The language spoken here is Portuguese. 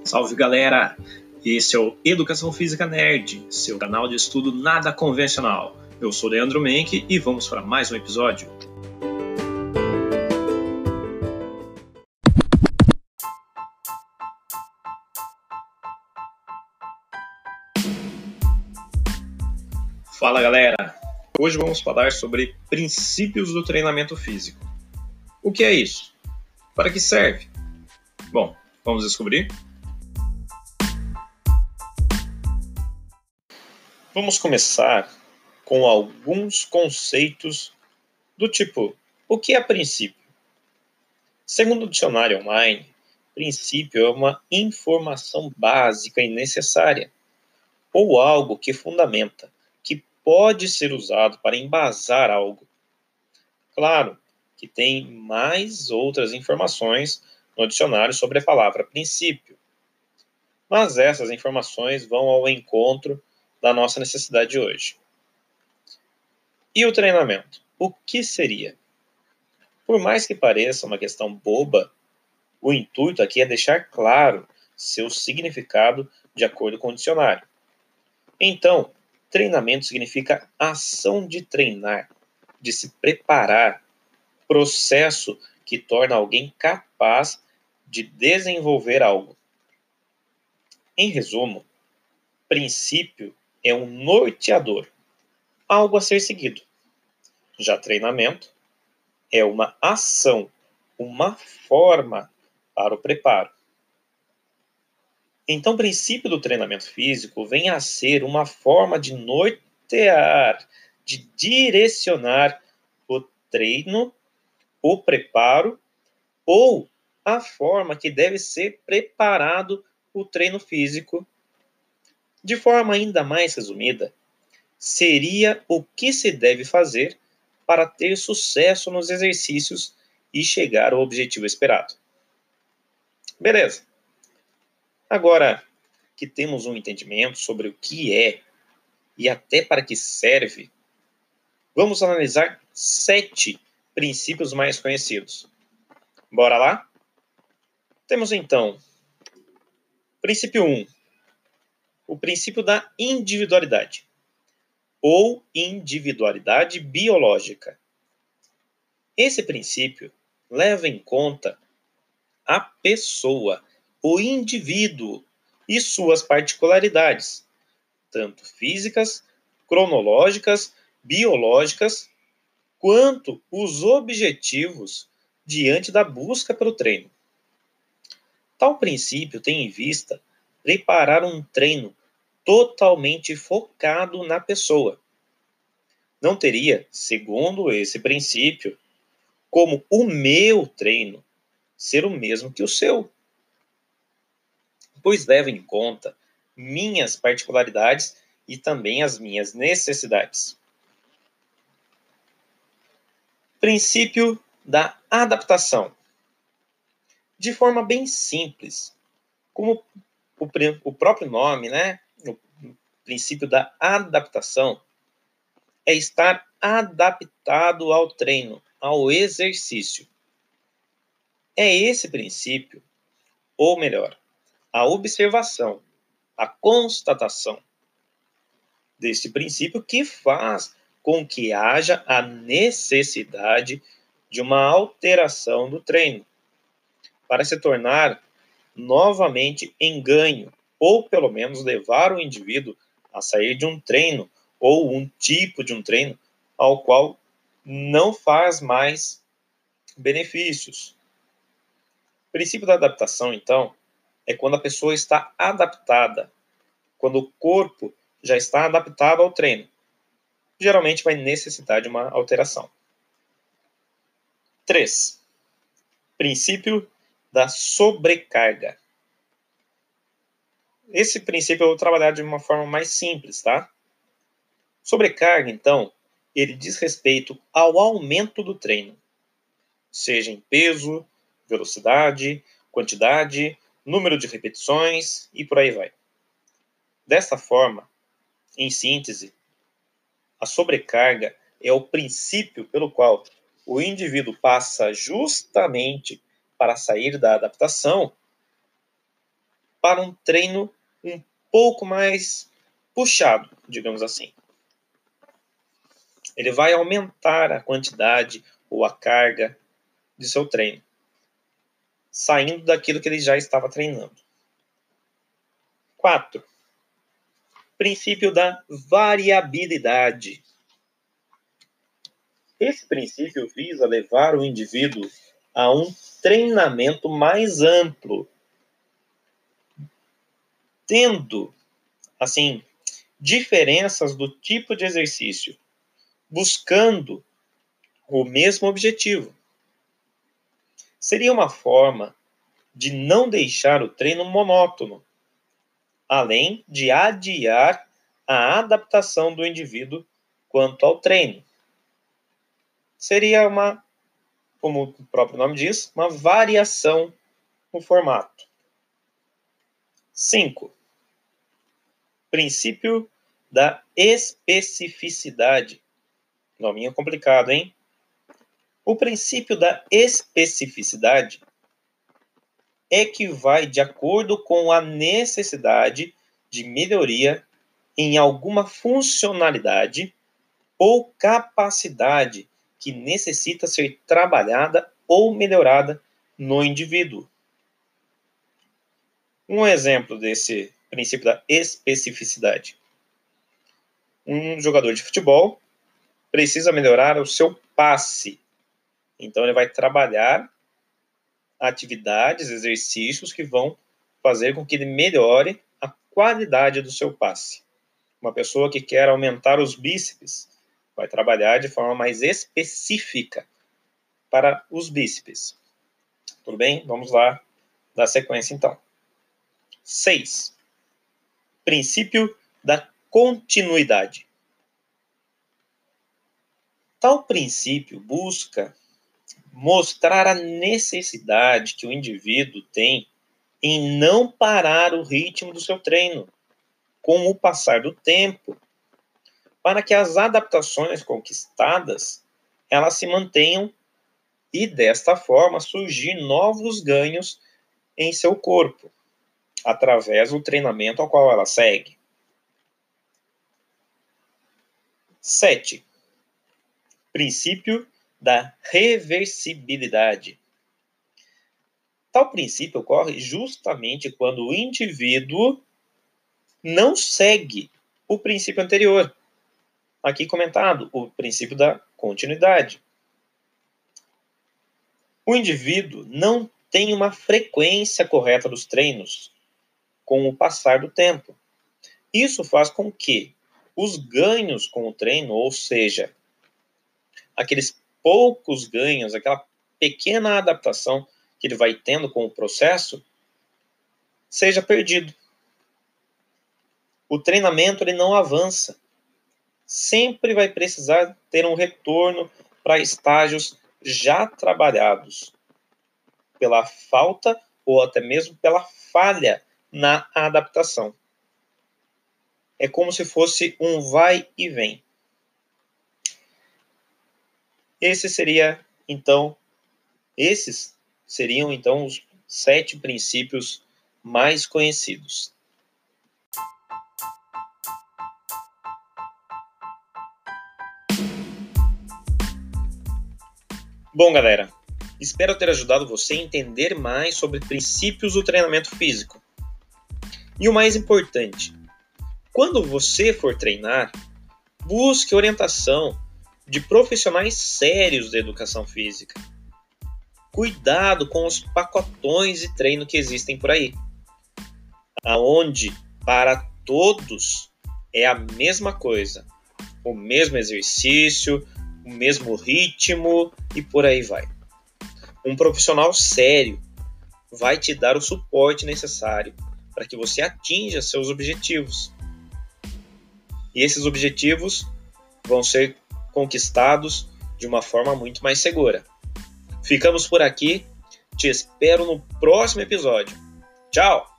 Salve galera! Esse é o Educação Física Nerd, seu canal de estudo nada convencional. Eu sou Leandro Menck e vamos para mais um episódio. Fala galera! Hoje vamos falar sobre princípios do treinamento físico. O que é isso? Para que serve? Bom, vamos descobrir? Vamos começar com alguns conceitos do tipo: o que é princípio? Segundo o dicionário online, princípio é uma informação básica e necessária, ou algo que fundamenta, que pode ser usado para embasar algo. Claro que tem mais outras informações no dicionário sobre a palavra princípio, mas essas informações vão ao encontro da nossa necessidade de hoje. E o treinamento? O que seria? Por mais que pareça uma questão boba, o intuito aqui é deixar claro seu significado de acordo com o dicionário. Então, treinamento significa ação de treinar, de se preparar, processo que torna alguém capaz de desenvolver algo. Em resumo, princípio é um norteador, algo a ser seguido. Já treinamento é uma ação, uma forma para o preparo. Então, o princípio do treinamento físico vem a ser uma forma de nortear, de direcionar o treino, o preparo ou a forma que deve ser preparado o treino físico. De forma ainda mais resumida, seria o que se deve fazer para ter sucesso nos exercícios e chegar ao objetivo esperado. Beleza. Agora que temos um entendimento sobre o que é e até para que serve, vamos analisar 7 princípios mais conhecidos. Bora lá? Temos então, princípio 1, o princípio da individualidade, ou individualidade biológica. Esse princípio leva em conta a pessoa, o indivíduo e suas particularidades, tanto físicas, cronológicas, biológicas, quanto os objetivos diante da busca pelo treino. Tal princípio tem em vista preparar um treino totalmente focado na pessoa. Não teria, segundo esse princípio, como o meu treino ser o mesmo que o seu, pois leva em conta minhas particularidades e também as minhas necessidades. Princípio da adaptação. De forma bem simples, como o próprio nome, o princípio da adaptação, é estar adaptado ao treino, ao exercício. É esse princípio, ou melhor, a observação, a constatação deste princípio que faz com que haja a necessidade de uma alteração do treino, para se tornar novamente em ganho, ou pelo menos levar o indivíduo a sair de um treino, ou um tipo de um treino, ao qual não faz mais benefícios. O princípio da adaptação, então, é quando a pessoa está adaptada, quando o corpo já está adaptado ao treino. Geralmente vai necessitar de uma alteração. 3. Princípio da sobrecarga. Esse princípio eu vou trabalhar de uma forma mais simples, tá? Sobrecarga, então, ele diz respeito ao aumento do treino, seja em peso, velocidade, quantidade, número de repetições e por aí vai. Desta forma, em síntese, a sobrecarga é o princípio pelo qual o indivíduo passa justamente para sair da adaptação para um treino um pouco mais puxado, digamos assim. Ele vai aumentar a quantidade ou a carga de seu treino, saindo daquilo que ele já estava treinando. 4. Princípio da variabilidade. Esse princípio visa levar o indivíduo a um treinamento mais amplo, tendo, assim, diferenças do tipo de exercício, buscando o mesmo objetivo. Seria uma forma de não deixar o treino monótono, além de adiar a adaptação do indivíduo quanto ao treino. Seria como o próprio nome diz, uma variação no formato. 5. Princípio da especificidade. Nominho complicado, hein? O princípio da especificidade é que vai de acordo com a necessidade de melhoria em alguma funcionalidade ou capacidade que necessita ser trabalhada ou melhorada no indivíduo. Um exemplo desse princípio da especificidade. Um jogador de futebol precisa melhorar o seu passe. Então ele vai trabalhar atividades, exercícios que vão fazer com que ele melhore a qualidade do seu passe. Uma pessoa que quer aumentar os bíceps vai trabalhar de forma mais específica para os bíceps. Tudo bem? Vamos lá dar sequência então. 6. Princípio da continuidade. Tal princípio busca mostrar a necessidade que o indivíduo tem em não parar o ritmo do seu treino com o passar do tempo, para que as adaptações conquistadas elas se mantenham e desta forma surgir novos ganhos em seu corpo, através do treinamento ao qual ela segue. 7. Princípio da reversibilidade. Tal princípio ocorre justamente quando o indivíduo não segue o princípio anterior, aqui comentado, o princípio da continuidade. O indivíduo não tem uma frequência correta dos treinos com o passar do tempo. Isso faz com que os ganhos com o treino, ou seja, aqueles poucos ganhos, aquela pequena adaptação que ele vai tendo com o processo, seja perdido. O treinamento ele não avança. Sempre vai precisar ter um retorno para estágios já trabalhados, pela falta ou até mesmo pela falha na adaptação. É como se fosse um vai e vem. Esses seriam então os 7 princípios mais conhecidos. Bom, galera, espero ter ajudado você a entender mais sobre princípios do treinamento físico. E o mais importante, quando você for treinar, busque orientação de profissionais sérios da educação física. Cuidado com os pacotões de treino que existem por aí, aonde para todos é a mesma coisa, o mesmo exercício, o mesmo ritmo e por aí vai. Um profissional sério vai te dar o suporte necessário para que você atinja seus objetivos. E esses objetivos vão ser conquistados de uma forma muito mais segura. Ficamos por aqui. Te espero no próximo episódio. Tchau!